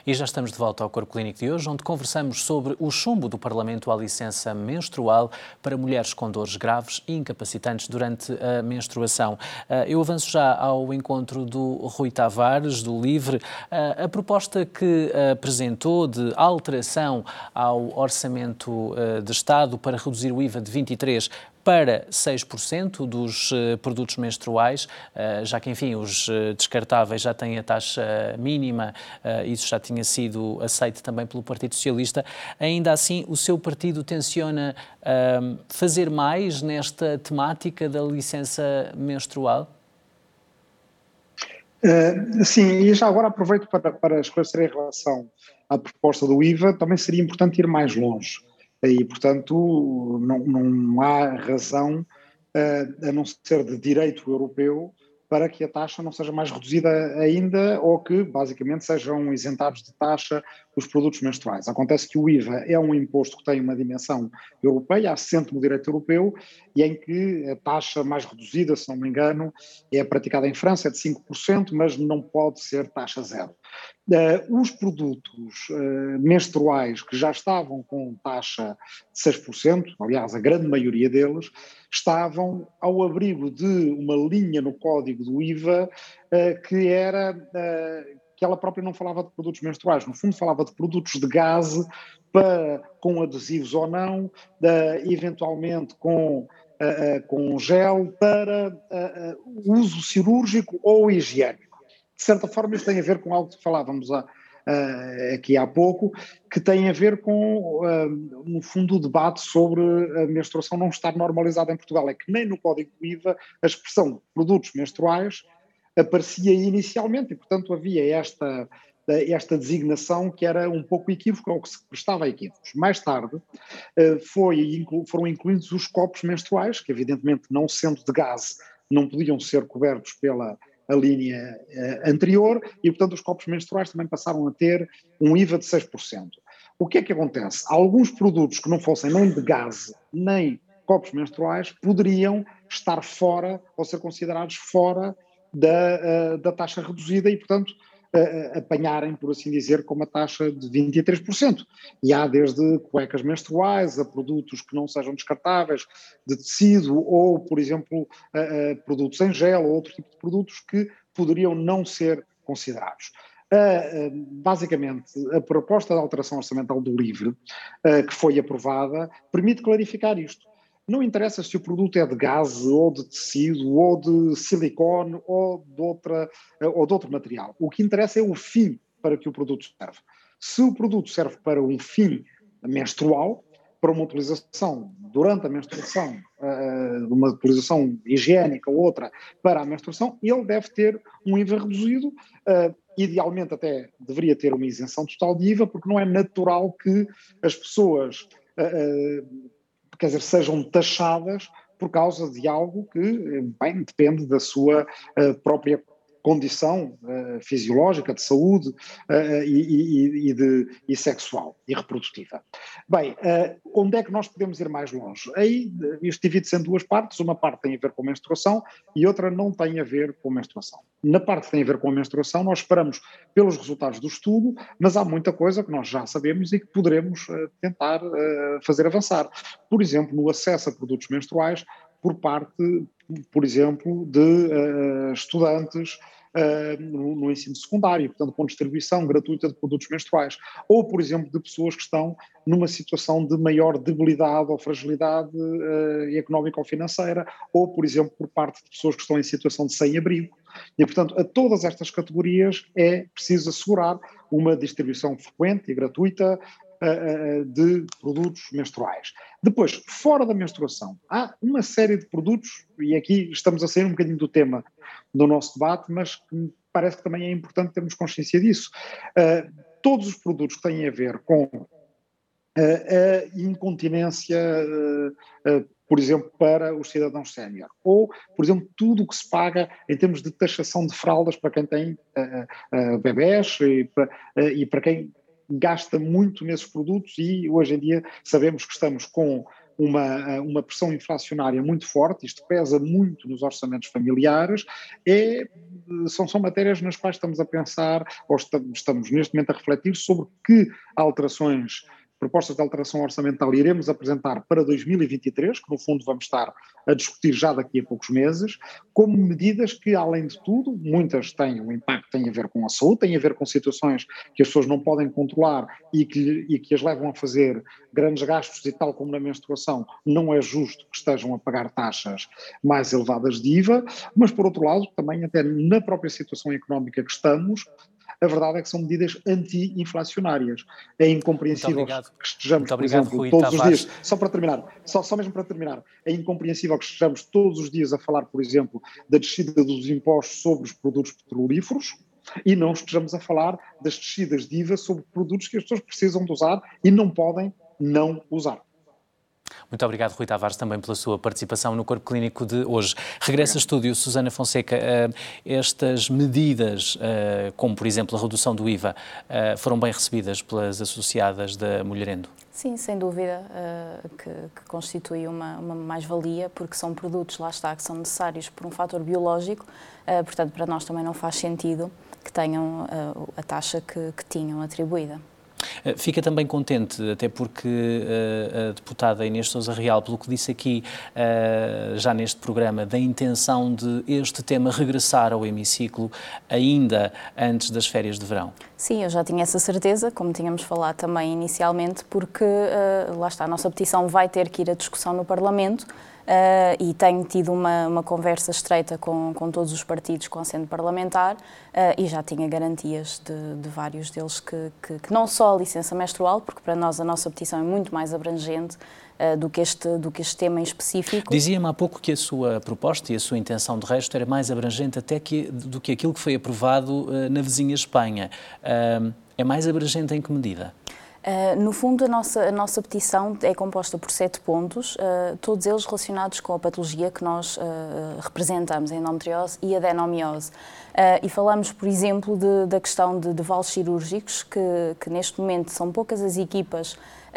E já estamos de volta ao Corpo Clínico de hoje, onde conversamos sobre o chumbo do Parlamento à licença menstrual para mulheres com dores graves e incapacitantes durante a menstruação. Eu avanço já ao encontro do Rui Tavares, do LIVRE. A proposta que apresentou de alteração ao Orçamento de Estado para reduzir o IVA de 23% para 6% dos produtos menstruais, já que, enfim, os descartáveis já têm a taxa mínima, isso já tinha sido aceito também pelo Partido Socialista. Ainda assim, o seu partido tenciona fazer mais nesta temática da licença menstrual? Sim, e já agora aproveito para esclarecer em relação à proposta do IVA, também seria importante ir mais longe. E, portanto, não há razão, a não ser de direito europeu, para que a taxa não seja mais reduzida ainda ou que, basicamente, sejam isentados de taxa os produtos menstruais. Acontece que o IVA é um imposto que tem uma dimensão europeia, assente no direito europeu, e em que a taxa mais reduzida, se não me engano, é praticada em França, é de 5%, mas não pode ser taxa zero. Os produtos menstruais que já estavam com taxa de 6%, aliás, a grande maioria deles, estavam ao abrigo de uma linha no código do IVA que era que ela própria não falava de produtos menstruais, no fundo falava de produtos de gase com adesivos ou não, eventualmente com gel para uso cirúrgico ou higiênico. De certa forma, isto tem a ver com algo que falávamos aqui há pouco, que tem a ver com, no fundo, o debate sobre a menstruação não estar normalizada em Portugal. É que nem no Código do IVA a expressão produtos menstruais aparecia inicialmente e, portanto, havia esta designação que era um pouco equívoca ou que se prestava a equívocos. Mais tarde foram incluídos os copos menstruais, que evidentemente não sendo de gás não podiam ser cobertos pela a linha anterior e, portanto, os copos menstruais também passaram a ter um IVA de 6%. O que é que acontece? Alguns produtos que não fossem nem de gás nem copos menstruais poderiam estar fora ou ser considerados fora da taxa reduzida e, portanto, apanharem, por assim dizer, com uma taxa de 23%. E há desde cuecas menstruais a produtos que não sejam descartáveis, de tecido, ou, por exemplo, produtos em gel, ou outro tipo de produtos que poderiam não ser considerados. Basicamente, a proposta de alteração orçamental do LIVRE, que foi aprovada, permite clarificar isto. Não interessa se o produto é de gás, ou de tecido, ou de silicone, ou de outro material. O que interessa é o fim para que o produto serve. Se o produto serve para um fim menstrual, para uma utilização durante a menstruação, uma utilização higiênica ou outra para a menstruação, ele deve ter um IVA reduzido, idealmente até deveria ter uma isenção total de IVA, porque não é natural que as pessoas quer dizer, sejam taxadas por causa de algo que, bem, depende da sua própria condição fisiológica, de saúde e sexual e reprodutiva. Bem, onde é que nós podemos ir mais longe? Aí isto divide-se em duas partes, uma parte tem a ver com a menstruação e outra não tem a ver com a menstruação. Na parte que tem a ver com a menstruação, nós esperamos pelos resultados do estudo, mas há muita coisa que nós já sabemos e que poderemos tentar fazer avançar. Por exemplo, no acesso a produtos menstruais por parte, por exemplo, de estudantes no ensino secundário, portanto, com distribuição gratuita de produtos menstruais. Ou, por exemplo, de pessoas que estão numa situação de maior debilidade ou fragilidade económica ou financeira, ou, por exemplo, por parte de pessoas que estão em situação de sem-abrigo. E, portanto, a todas estas categorias é preciso assegurar uma distribuição frequente e gratuita de produtos menstruais. Depois, fora da menstruação, há uma série de produtos, e aqui estamos a sair um bocadinho do tema do nosso debate, mas que me parece que também é importante termos consciência disso. Todos os produtos que têm a ver com a incontinência, por exemplo, para os cidadãos sénior, ou, por exemplo, tudo o que se paga em termos de taxação de fraldas para quem tem bebés e para quem gasta muito nesses produtos e hoje em dia sabemos que estamos com uma pressão inflacionária muito forte, isto pesa muito nos orçamentos familiares, é são matérias nas quais estamos a pensar, ou estamos neste momento a refletir sobre que alterações, propostas de alteração orçamental iremos apresentar para 2023, que no fundo vamos estar a discutir já daqui a poucos meses, como medidas que, além de tudo, muitas têm um impacto, têm a ver com a saúde, têm a ver com situações que as pessoas não podem controlar e que as levam a fazer grandes gastos e tal como na menstruação, não é justo que estejam a pagar taxas mais elevadas de IVA, mas por outro lado, também até na própria situação económica que estamos, a verdade é que são medidas anti-inflacionárias. É incompreensível que estejamos, por exemplo, Rui todos Tavares. os dias, só para terminar, só mesmo para terminar, é incompreensível que estejamos todos os dias a falar, por exemplo, da descida dos impostos sobre os produtos petrolíferos e não estejamos a falar das descidas de IVA sobre produtos que as pessoas precisam de usar e não podem não usar. Muito obrigado, Rui Tavares, também pela sua participação no Corpo Clínico de hoje. Regressa a estúdio, Susana Fonseca. Estas medidas, como por exemplo a redução do IVA, foram bem recebidas pelas associadas da Mulherendo? Sim, sem dúvida que constitui uma mais-valia, porque são produtos, lá está, que são necessários por um fator biológico, portanto para nós também não faz sentido que tenham a taxa que tinham atribuída. Fica também contente, até porque a deputada Inês Sousa Real, pelo que disse aqui já neste programa, da intenção de este tema regressar ao hemiciclo ainda antes das férias de verão. Sim, eu já tinha essa certeza, como tínhamos falado também inicialmente, porque lá está, a nossa petição vai ter que ir à discussão no Parlamento. E tenho tido uma conversa estreita com todos os partidos com assento parlamentar e já tinha garantias de vários deles que não só a licença menstrual, porque para nós a nossa petição é muito mais abrangente do que este tema em específico. Dizia-me há pouco que a sua proposta e a sua intenção de resto era mais abrangente até do que aquilo que foi aprovado na vizinha Espanha. É mais abrangente em que medida? No fundo, a nossa petição é composta por 7 pontos, todos eles relacionados com a patologia que nós representamos, a endometriose e a adenomiose. E falamos, por exemplo, da questão de vales cirúrgicos, que neste momento são poucas as equipas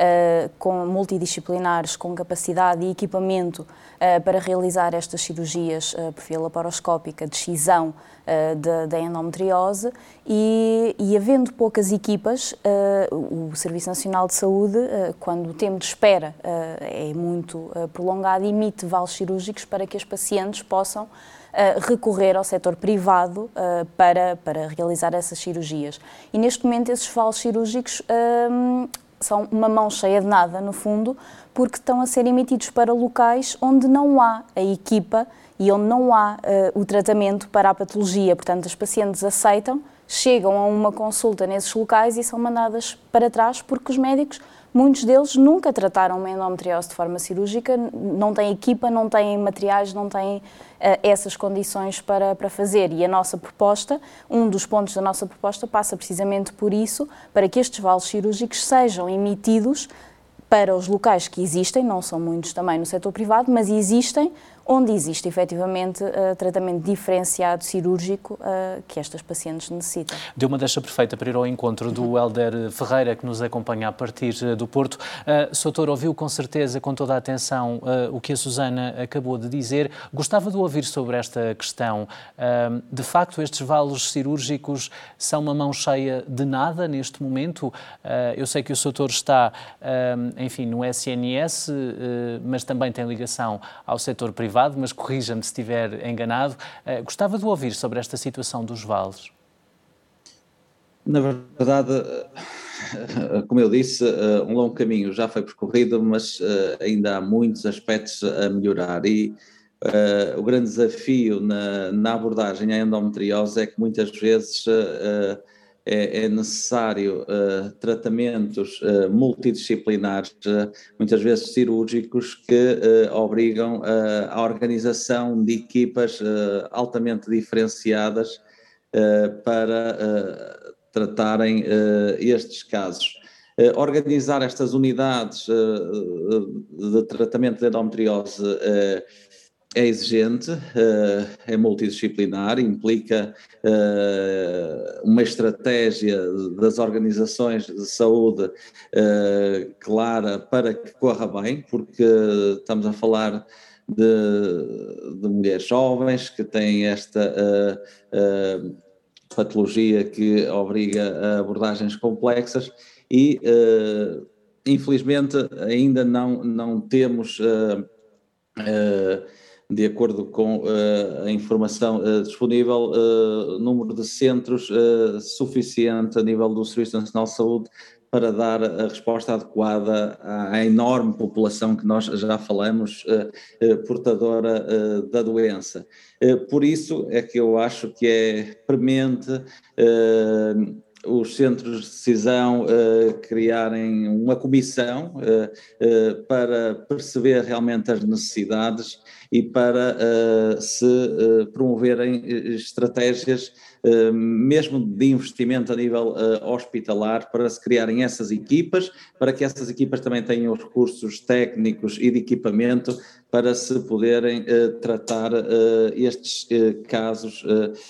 com multidisciplinares, com capacidade e equipamento para realizar estas cirurgias por via laparoscópica de excisão da endometriose e havendo poucas equipas, o Serviço Nacional de Saúde, quando o tempo de espera é muito prolongado, emite vales cirúrgicos para que as pacientes possam recorrer ao setor privado para realizar essas cirurgias. E neste momento esses vales cirúrgicos são uma mão cheia de nada, no fundo, porque estão a ser emitidos para locais onde não há a equipa e onde não há o tratamento para a patologia. Portanto, as pacientes aceitam, chegam a uma consulta nesses locais e são mandadas para trás porque os médicos, muitos deles, nunca trataram uma endometriose de forma cirúrgica, não têm equipa, não têm materiais, não têm essas condições para fazer. E a nossa proposta, um dos pontos da nossa proposta passa precisamente por isso, para que estes vales cirúrgicos sejam emitidos para os locais que existem, não são muitos também no setor privado, mas existem, onde existe efetivamente tratamento diferenciado cirúrgico que estas pacientes necessitam. Deu uma deixa perfeita para ir ao encontro do Hélder Ferreira, que nos acompanha a partir do Porto. Soutor, ouviu com certeza, com toda a atenção, o que a Susana acabou de dizer. Gostava de ouvir sobre esta questão. De facto, estes valos cirúrgicos são uma mão cheia de nada neste momento? Eu sei que o Soutor está, enfim, no SNS, mas também tem ligação ao setor privado, mas corrija-me se estiver enganado. Gostava de ouvir sobre esta situação dos vales. Na verdade, como eu disse, um longo caminho já foi percorrido, mas ainda há muitos aspectos a melhorar e o grande desafio na abordagem à endometriose é que muitas vezes é necessário tratamentos multidisciplinares, muitas vezes cirúrgicos, que obrigam à organização de equipas altamente diferenciadas para tratarem estes casos. Organizar estas unidades de tratamento de endometriose é exigente, é multidisciplinar, implica uma estratégia das organizações de saúde clara para que corra bem, porque estamos a falar de mulheres jovens que têm esta patologia que obriga a abordagens complexas e, infelizmente, ainda não temos, de acordo com a informação disponível, número de centros suficiente a nível do Serviço Nacional de Saúde para dar a resposta adequada à enorme população que nós já falamos, portadora da doença. Por isso é que eu acho que é premente os centros de decisão criarem uma comissão para perceber realmente as necessidades e para se promoverem estratégias mesmo de investimento a nível hospitalar, para se criarem essas equipas, para que essas equipas também tenham os recursos técnicos e de equipamento para se poderem tratar estes casos.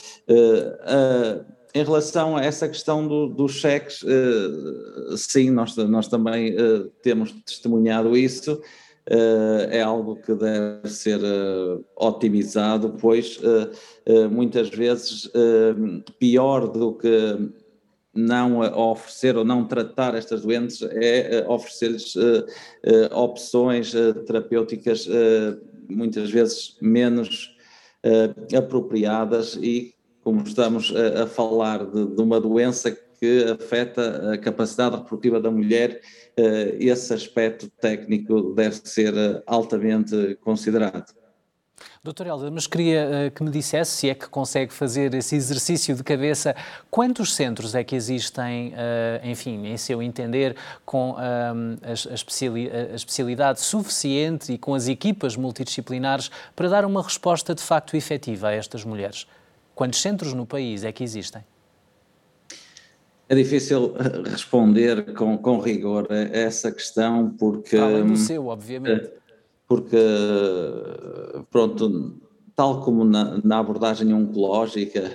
Em relação a essa questão dos cheques, sim, nós também temos testemunhado isso. É algo que deve ser otimizado, pois muitas vezes pior do que não oferecer ou não tratar estas doentes é oferecer-lhes opções terapêuticas muitas vezes menos apropriadas e, como estamos a falar de uma doença que afeta a capacidade reprodutiva da mulher, esse aspecto técnico deve ser altamente considerado. Dr. Hélder, mas queria que me dissesse, se é que consegue fazer esse exercício de cabeça, quantos centros é que existem, enfim, em seu entender, com a especialidade suficiente e com as equipas multidisciplinares para dar uma resposta de facto efetiva a estas mulheres? Quantos centros no país é que existem? É difícil responder com rigor a essa questão porque... Além do seu, obviamente. Porque, pronto, tal como na abordagem oncológica,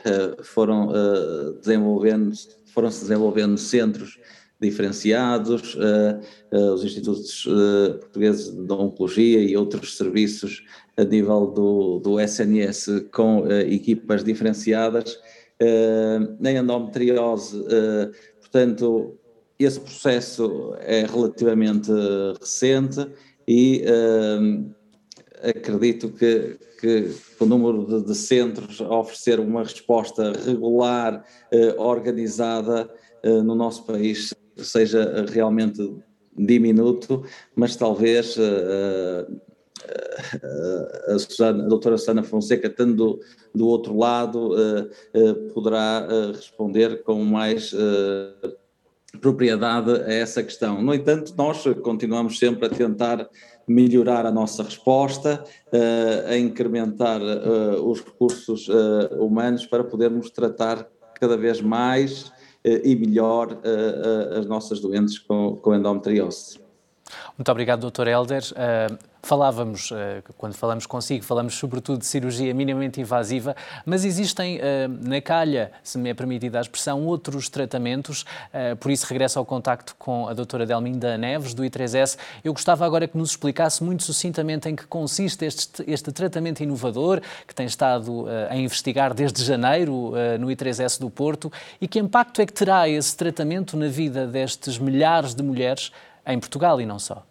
foram-se desenvolvendo centros diferenciados, os institutos portugueses de oncologia e outros serviços a nível do SNS com equipas diferenciadas. Na endometriose, portanto, esse processo é relativamente recente e acredito que o número de centros a oferecer uma resposta regular, organizada no nosso país seja realmente diminuto, mas talvez a doutora Susana Fonseca, estando do outro lado, poderá responder com mais propriedade a essa questão. No entanto, nós continuamos sempre a tentar melhorar a nossa resposta, a incrementar os recursos humanos para podermos tratar cada vez mais e melhor as nossas doentes com endometriose. Muito obrigado, Dr. Hélder. Falávamos, quando falamos consigo, falamos sobretudo de cirurgia minimamente invasiva, mas existem na calha, se me é permitida a expressão, outros tratamentos, por isso regresso ao contacto com a doutora Delminda Neves, do I3S. Eu gostava agora que nos explicasse muito sucintamente em que consiste este tratamento inovador, que tem estado a investigar desde janeiro no I3S do Porto, e que impacto é que terá esse tratamento na vida destes milhares de mulheres em Portugal e não só?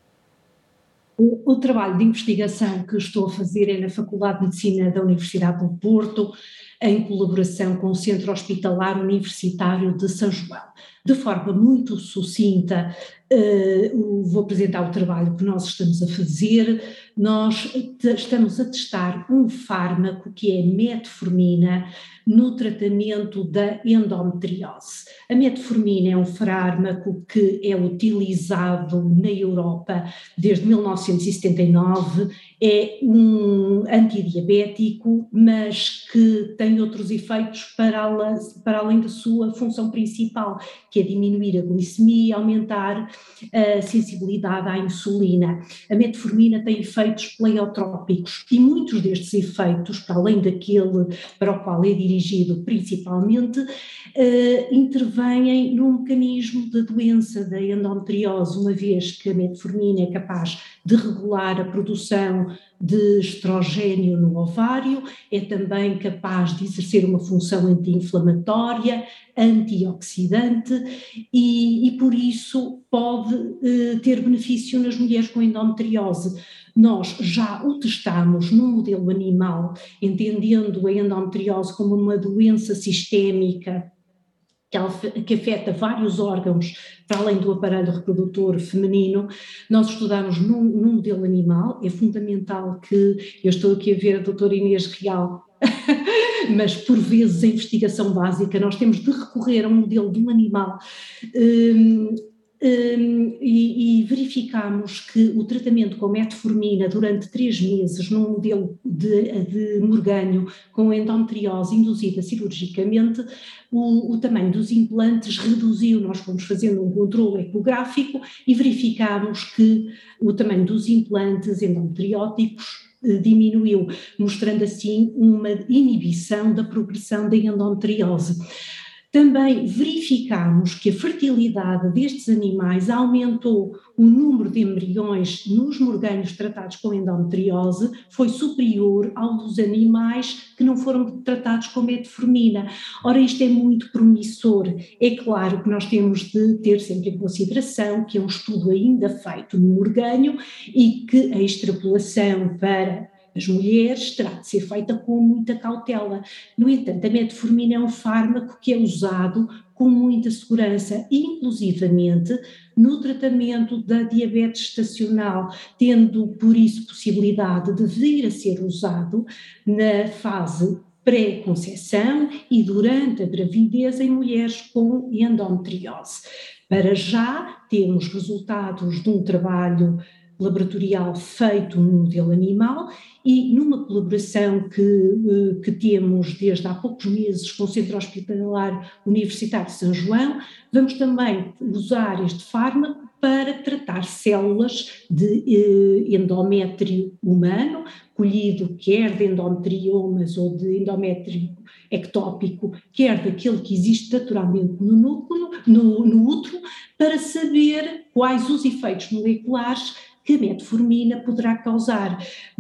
O trabalho de investigação que estou a fazer é na Faculdade de Medicina da Universidade do Porto, em colaboração com o Centro Hospitalar Universitário de São João. De forma muito sucinta, vou apresentar o trabalho que nós estamos a fazer. Nós estamos a testar um fármaco que é metformina no tratamento da endometriose. A metformina é um fármaco que é utilizado na Europa desde 1979, é um antidiabético, mas que tem outros efeitos para além da sua função principal, que é diminuir a glicemia e aumentar a sensibilidade à insulina. A metformina tem efeitos pleiotrópicos e muitos destes efeitos, para além daquele para o qual é dirigido principalmente, intervêm no mecanismo da doença da endometriose, uma vez que a metformina é capaz de regular a produção de estrogênio no ovário, é também capaz de exercer uma função anti-inflamatória, antioxidante e por isso pode ter benefício nas mulheres com endometriose. Nós já o testámos num modelo animal, entendendo a endometriose como uma doença sistémica que afeta vários órgãos para além do aparelho reprodutor feminino. Nós estudamos num modelo animal. É fundamental que, eu estou aqui a ver a doutora Inês Real, mas por vezes a investigação básica nós temos de recorrer a um modelo de um animal e verificamos que o tratamento com metformina durante 3 meses num modelo de morganho com endometriose induzida cirurgicamente, o tamanho dos implantes reduziu. Nós fomos fazendo um controle ecográfico e verificamos que o tamanho dos implantes endometrióticos diminuiu, mostrando assim uma inibição da progressão da endometriose. Também verificamos que a fertilidade destes animais aumentou. O número de embriões nos morganhos tratados com endometriose foi superior ao dos animais que não foram tratados com metformina. Ora, isto é muito promissor. É claro que nós temos de ter sempre em consideração que é um estudo ainda feito no morganho e que a extrapolação para as mulheres terá de ser feita com muita cautela. No entanto, a metformina é um fármaco que é usado com muita segurança, inclusivamente no tratamento da diabetes gestacional, tendo por isso possibilidade de vir a ser usado na fase pré-conceição e durante a gravidez em mulheres com endometriose. Para já temos resultados de um trabalho laboratorial feito no modelo animal e numa colaboração que temos desde há poucos meses com o Centro Hospitalar Universitário de São João, vamos também usar este fármaco para tratar células de endométrio humano, colhido quer de endometriomas ou de endométrio ectópico, quer daquele que existe naturalmente no núcleo, no útero, para saber quais os efeitos moleculares que a metformina poderá causar,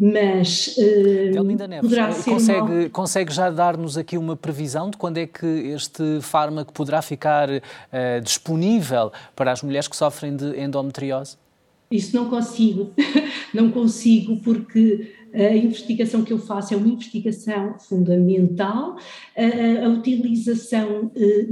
mas Delminda Neves, poderá ser consegue já dar-nos aqui uma previsão de quando é que este fármaco poderá ficar disponível para as mulheres que sofrem de endometriose? Isso não consigo, não consigo, porque a investigação que eu faço é uma investigação fundamental. A utilização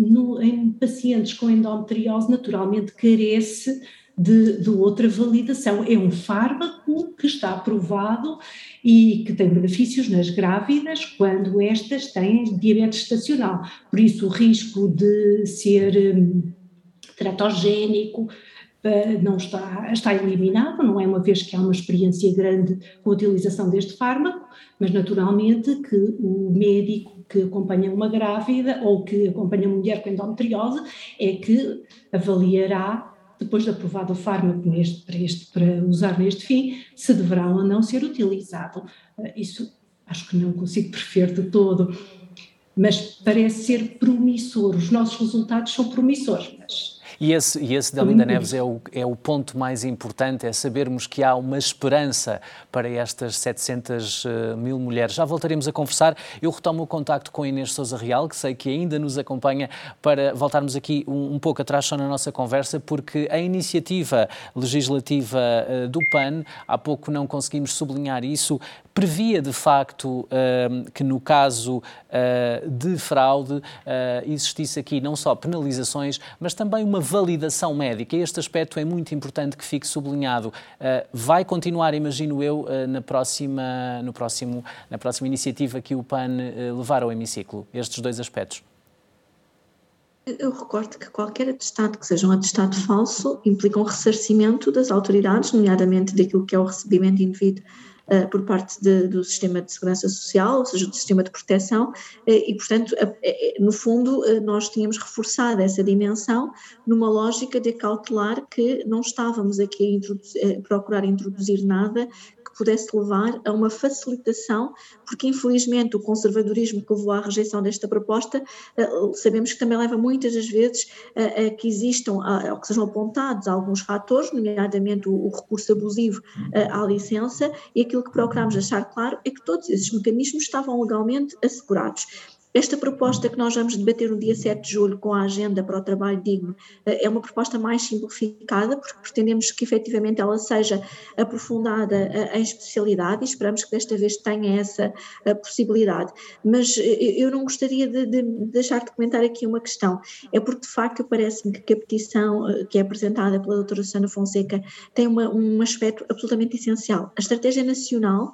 em pacientes com endometriose naturalmente carece de outra validação. É um fármaco que está aprovado e que tem benefícios nas grávidas quando estas têm diabetes gestacional. Por isso o risco de ser teratogénico não está eliminado, não é, uma vez que há uma experiência grande com a utilização deste fármaco, mas naturalmente que o médico que acompanha uma grávida ou que acompanha uma mulher com endometriose é que avaliará, depois de aprovado o fármaco para usar neste fim, se deverá ou não ser utilizado. Isso acho que não consigo prever de todo, mas parece ser promissor. Os nossos resultados são promissores, mas... E esse Delminda Neves, é o ponto mais importante, é sabermos que há uma esperança para estas 700 mil mulheres. Já voltaremos a conversar. Eu retomo o contacto com a Inês Sousa Real, que sei que ainda nos acompanha, para voltarmos aqui um pouco atrás só na nossa conversa, porque a iniciativa legislativa do PAN, há pouco não conseguimos sublinhar isso, previa de facto que no caso de fraude existisse aqui não só penalizações, mas também uma validação médica. Este aspecto é muito importante que fique sublinhado. Vai continuar, imagino eu, na próxima iniciativa que o PAN levar ao hemiciclo, estes dois aspectos? Eu recordo que qualquer atestado que seja um atestado falso implica um ressarcimento das autoridades, nomeadamente daquilo que é o recebimento indevido por parte do sistema de segurança social, ou seja, do sistema de proteção, e portanto, no fundo, nós tínhamos reforçado essa dimensão numa lógica de cautelar que não estávamos aqui a procurar introduzir nada que pudesse levar a uma facilitação, porque infelizmente o conservadorismo que levou à rejeição desta proposta, sabemos que também leva muitas das vezes a que existam, ou que sejam apontados alguns fatores, nomeadamente o recurso abusivo à licença, e aquilo que procurámos deixar claro é que todos esses mecanismos estavam legalmente assegurados. Esta proposta que nós vamos debater no dia 7 de julho com a agenda para o trabalho digno é uma proposta mais simplificada, porque pretendemos que efetivamente ela seja aprofundada em especialidade e esperamos que desta vez tenha essa possibilidade. Mas eu não gostaria de deixar de comentar aqui uma questão, é porque de facto parece-me que a petição que é apresentada pela doutora Susana Fonseca tem um aspecto absolutamente essencial. A estratégia nacional,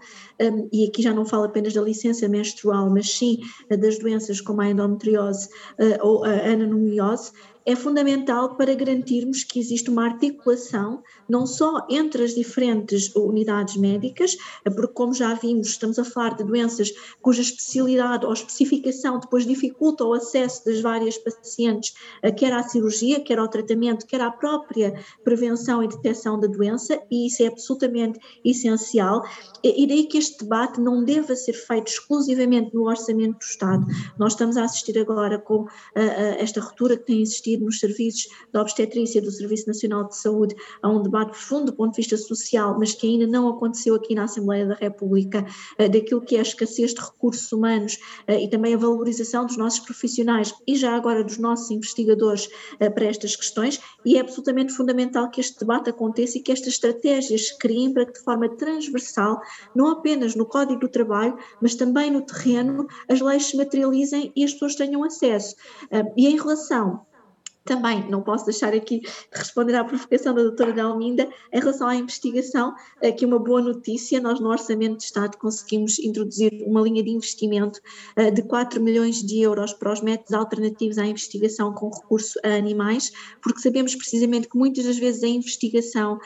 e aqui já não falo apenas da licença menstrual, mas sim das doenças como a endometriose ou a adenomiose, é fundamental para garantirmos que existe uma articulação não só entre as diferentes unidades médicas, porque como já vimos estamos a falar de doenças cuja especialidade ou especificação depois dificulta o acesso das várias pacientes, quer à cirurgia, quer ao tratamento, quer à própria prevenção e detecção da doença, e isso é absolutamente essencial, e daí que este debate não deva ser feito exclusivamente no orçamento do Estado. Nós estamos a assistir agora com esta ruptura que tem existido nos serviços da obstetrícia do Serviço Nacional de Saúde a um debate profundo do ponto de vista social, mas que ainda não aconteceu aqui na Assembleia da República, daquilo que é a escassez de recursos humanos e também a valorização dos nossos profissionais e já agora dos nossos investigadores para estas questões, e é absolutamente fundamental que este debate aconteça e que estas estratégias se criem para que de forma transversal, não apenas no Código do Trabalho, mas também no terreno, as leis se materializem e as pessoas tenham acesso. E em relação também, não posso deixar aqui de responder à provocação da doutora Delminda, em relação à investigação, aqui uma boa notícia, nós no Orçamento de Estado conseguimos introduzir uma linha de investimento de 4 milhões de euros para os métodos alternativos à investigação com recurso a animais, porque sabemos precisamente que muitas das vezes a investigação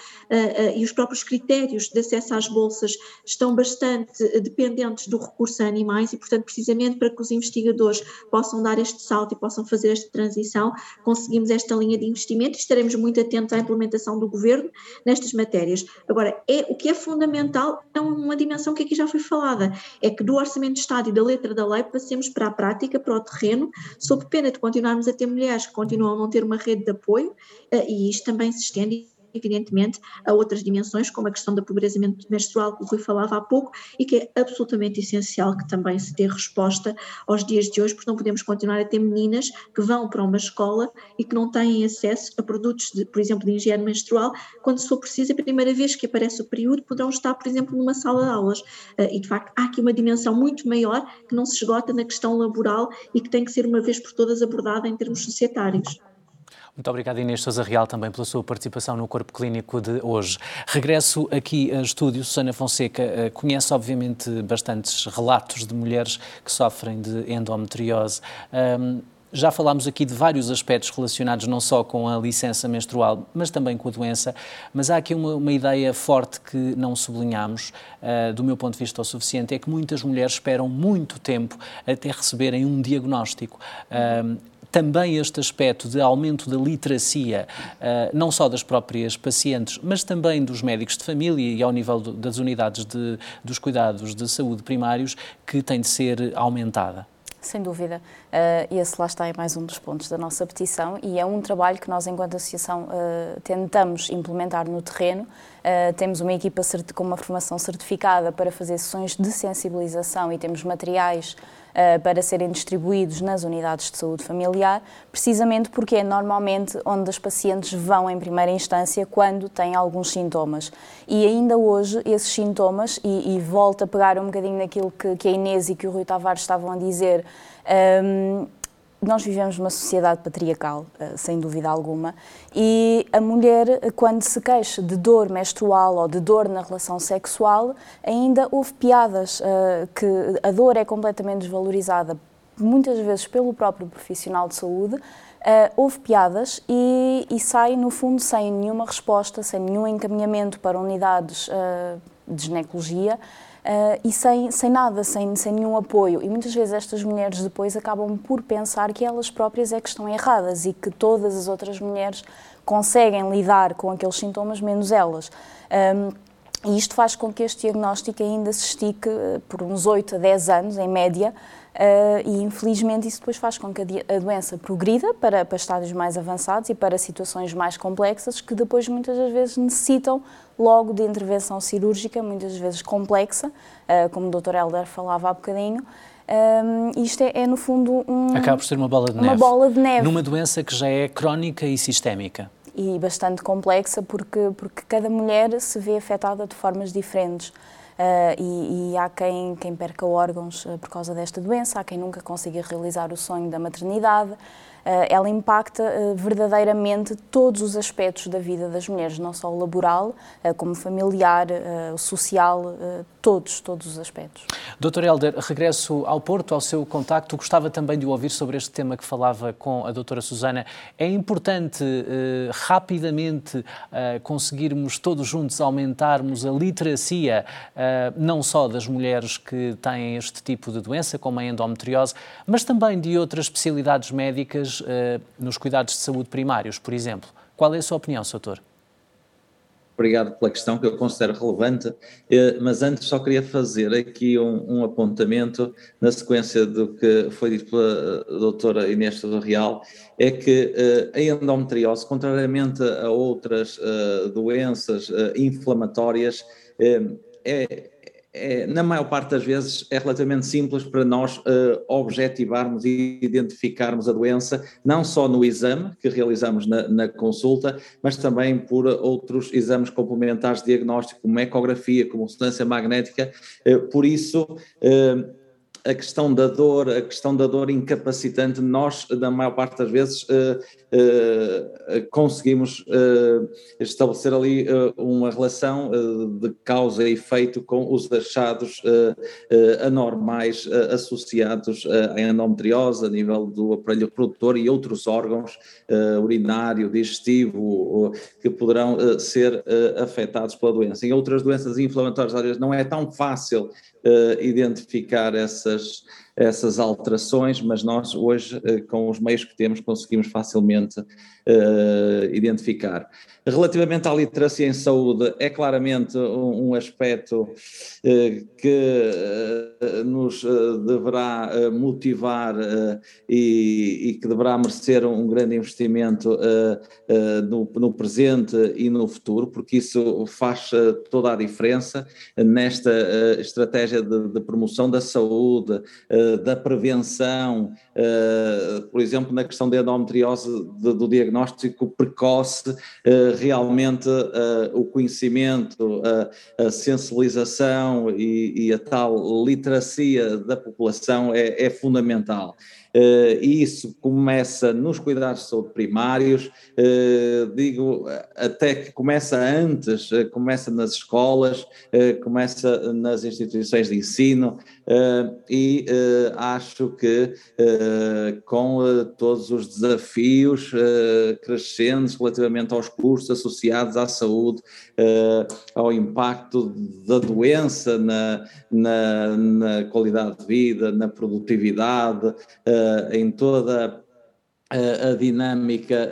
e os próprios critérios de acesso às bolsas estão bastante dependentes do recurso a animais e, portanto, precisamente para que os investigadores possam dar este salto e possam fazer esta transição, conseguimos esta linha de investimento e estaremos muito atentos à implementação do Governo nestas matérias. Agora, o que é fundamental é uma dimensão que aqui já foi falada, é que do Orçamento de Estado e da letra da lei passemos para a prática, para o terreno, sob pena de continuarmos a ter mulheres que continuam a não ter uma rede de apoio, e isto também se estende evidentemente a outras dimensões, como a questão da pobreza menstrual que o Rui falava há pouco e que é absolutamente essencial que também se dê resposta aos dias de hoje, porque não podemos continuar a ter meninas que vão para uma escola e que não têm acesso a produtos, por exemplo, de higiene menstrual, quando se for preciso, a primeira vez que aparece o período, poderão estar, por exemplo, numa sala de aulas. E, de facto, há aqui uma dimensão muito maior que não se esgota na questão laboral e que tem que ser uma vez por todas abordada em termos societários. Muito obrigado, Inês Sousa Real, também pela sua participação no Corpo Clínico de hoje. Regresso aqui a estúdio. Susana Fonseca conhece, obviamente, bastantes relatos de mulheres que sofrem de endometriose. Já falámos aqui de vários aspectos relacionados não só com a licença menstrual, mas também com a doença, mas há aqui uma ideia forte que não sublinhamos, do meu ponto de vista o suficiente, é que muitas mulheres esperam muito tempo até receberem um diagnóstico. Também este aspecto de aumento da literacia, não só das próprias pacientes, mas também dos médicos de família e ao nível das unidades dos cuidados de saúde primários, que tem de ser aumentada. Sem dúvida, esse lá está em mais um dos pontos da nossa petição e é um trabalho que nós, enquanto associação, tentamos implementar no terreno. Temos uma equipa com uma formação certificada para fazer sessões de sensibilização e temos materiais para serem distribuídos nas unidades de saúde familiar, precisamente porque é normalmente onde as pacientes vão em primeira instância quando têm alguns sintomas. E ainda hoje esses sintomas, e volto a pegar um bocadinho naquilo que a Inês e que o Rui Tavares estavam a dizer, nós vivemos numa sociedade patriarcal, sem dúvida alguma, e a mulher, quando se queixa de dor menstrual ou de dor na relação sexual, ainda houve piadas, que a dor é completamente desvalorizada, muitas vezes pelo próprio profissional de saúde, houve piadas e sai, no fundo, sem nenhuma resposta, sem nenhum encaminhamento para unidades de ginecologia, e sem nada, sem nenhum apoio. E muitas vezes estas mulheres depois acabam por pensar que elas próprias é que estão erradas e que todas as outras mulheres conseguem lidar com aqueles sintomas, menos elas. E isto faz com que este diagnóstico ainda se estique por uns 8 a 10 anos, em média, e infelizmente isso depois faz com que a doença progrida para estádios mais avançados e para situações mais complexas, que depois muitas das vezes necessitam logo de intervenção cirúrgica, muitas vezes complexa, como o Dr. Hélder falava há bocadinho. Isto é no fundo acaba por ser uma bola de neve. Uma bola de neve. Numa doença que já é crónica e sistémica. E bastante complexa, porque cada mulher se vê afetada de formas diferentes. E há quem perca órgãos por causa desta doença, há quem nunca consiga realizar o sonho da maternidade. Ela impacta verdadeiramente todos os aspectos da vida das mulheres, não só o laboral, como familiar, o social, todos os aspectos. Dr. Hélder, regresso ao Porto, ao seu contacto. Gostava também de o ouvir sobre este tema que falava com a doutora Susana. É importante rapidamente conseguirmos todos juntos aumentarmos a literacia, não só das mulheres que têm este tipo de doença, como a endometriose, mas também de outras especialidades médicas nos cuidados de saúde primários, por exemplo. Qual é a sua opinião, Sr. Doutor? Obrigado pela questão, que eu considero relevante, mas antes só queria fazer aqui um apontamento na sequência do que foi dito pela doutora Inês do Real, é que a endometriose, contrariamente a outras doenças inflamatórias, na maior parte das vezes é relativamente simples para nós objetivarmos e identificarmos a doença, não só no exame que realizamos na consulta, mas também por outros exames complementares de diagnóstico, como ecografia, como ressonância magnética. Por isso, a questão da dor incapacitante, nós, na maior parte das vezes, conseguimos estabelecer ali uma relação de causa e efeito com os achados anormais associados à endometriose, a nível do aparelho reprodutor e outros órgãos, urinário, digestivo, que poderão ser afetados pela doença. Em outras doenças inflamatórias, às vezes, não é tão fácil identificar essas alterações, mas nós hoje, com os meios que temos, conseguimos facilmente identificar. Relativamente à literacia em saúde, é claramente um aspecto que nos deverá motivar e que deverá merecer um grande investimento no presente e no futuro, porque isso faz toda a diferença nesta estratégia de promoção da saúde, da prevenção, por exemplo, na questão da endometriose, do diagnóstico precoce, realmente o conhecimento, a sensibilização e a tal literacia da população é fundamental. E isso começa nos cuidados de saúde primários, digo até que começa antes, começa nas escolas, começa nas instituições de ensino, e acho que com todos os desafios crescentes relativamente aos custos associados à saúde, ao impacto da doença na qualidade de vida, na produtividade, em toda a dinâmica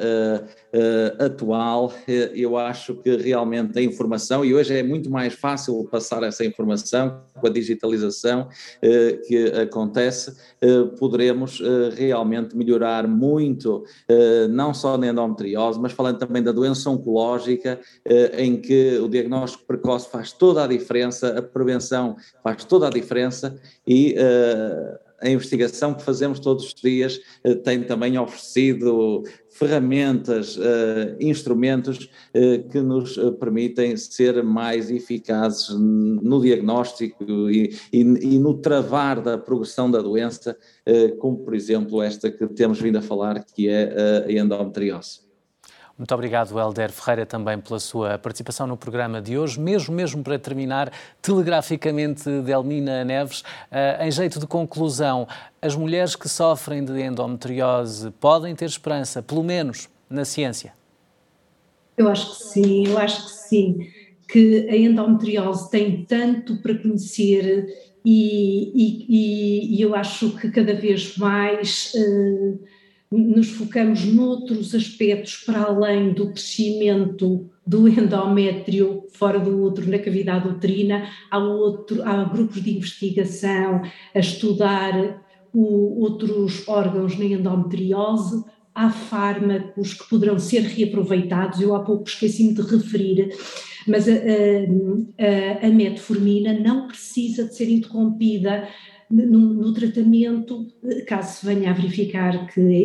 atual, eu acho que realmente a informação, e hoje é muito mais fácil passar essa informação com a digitalização que acontece, poderemos realmente melhorar muito, não só na endometriose, mas falando também da doença oncológica, em que o diagnóstico precoce faz toda a diferença, a prevenção faz toda a diferença, e a investigação que fazemos todos os dias tem também oferecido ferramentas, instrumentos que nos permitem ser mais eficazes no diagnóstico e no travar da progressão da doença, como por exemplo esta que temos vindo a falar, que é a endometriose. Muito obrigado, Hélder Ferreira, também pela sua participação no programa de hoje. Mesmo para terminar, telegraficamente, Delmina Neves, em jeito de conclusão, as mulheres que sofrem de endometriose podem ter esperança, pelo menos na ciência? Eu acho que sim, que a endometriose tem tanto para conhecer e eu acho que cada vez mais nos focamos noutros aspectos para além do crescimento do endométrio fora do útero, na cavidade uterina. Há grupos de investigação a estudar outros órgãos na endometriose. Há fármacos que poderão ser reaproveitados. Eu há pouco esqueci-me de referir, mas a metformina não precisa de ser interrompida no tratamento, caso se venha a verificar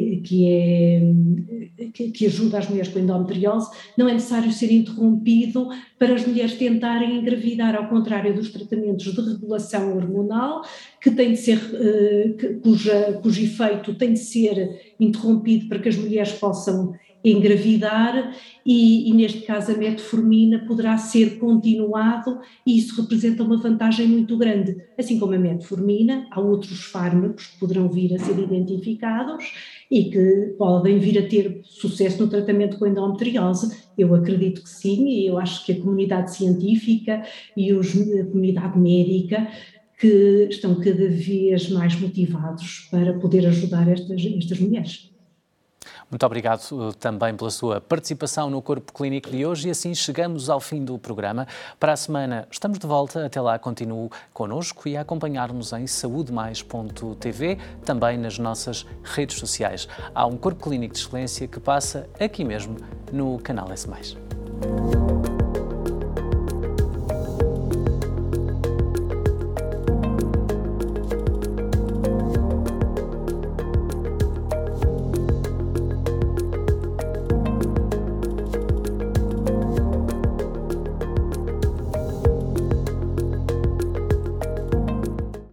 que ajuda as mulheres com endometriose. Não é necessário ser interrompido para as mulheres tentarem engravidar, ao contrário dos tratamentos de regulação hormonal, que tem de ser, cujo efeito tem de ser interrompido para que as mulheres possam engravidar, e neste caso a metformina poderá ser continuado, e isso representa uma vantagem muito grande. Assim como a metformina, há outros fármacos que poderão vir a ser identificados e que podem vir a ter sucesso no tratamento com endometriose. Eu acredito que sim, e eu acho que a comunidade científica e a comunidade médica que estão cada vez mais motivados para poder ajudar estas mulheres. Muito obrigado também pela sua participação no Corpo Clínico de hoje, e assim chegamos ao fim do programa. Para a semana estamos de volta, até lá continue connosco e a acompanhar-nos em saudemais.tv, também nas nossas redes sociais. Há um Corpo Clínico de Excelência que passa aqui mesmo no canal S+.